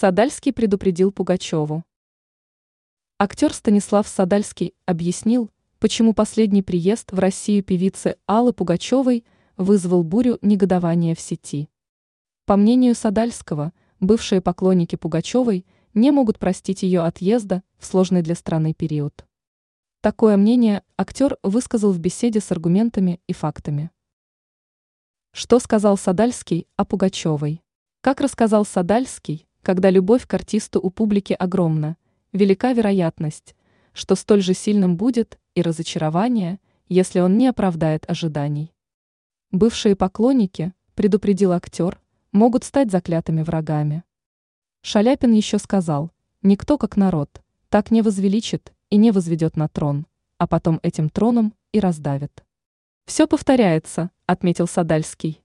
Садальский предупредил Пугачеву. Актер Станислав Садальский объяснил, почему последний приезд в Россию певицы Аллы Пугачевой вызвал бурю негодования в сети. По мнению Садальского, бывшие поклонники Пугачевой не могут простить ее отъезда в сложный для страны период. Такое мнение актер высказал в беседе с аргументами и фактами. Что сказал Садальский о Пугачевой? Как рассказал Садальский, когда любовь к артисту у публики огромна, велика вероятность, что столь же сильным будет и разочарование, если он не оправдает ожиданий. Бывшие поклонники, предупредил актер, могут стать заклятыми врагами. Шаляпин еще сказал: никто как народ так не возвеличит и не возведет на трон, а потом этим троном и раздавит. Все повторяется, отметил Садальский.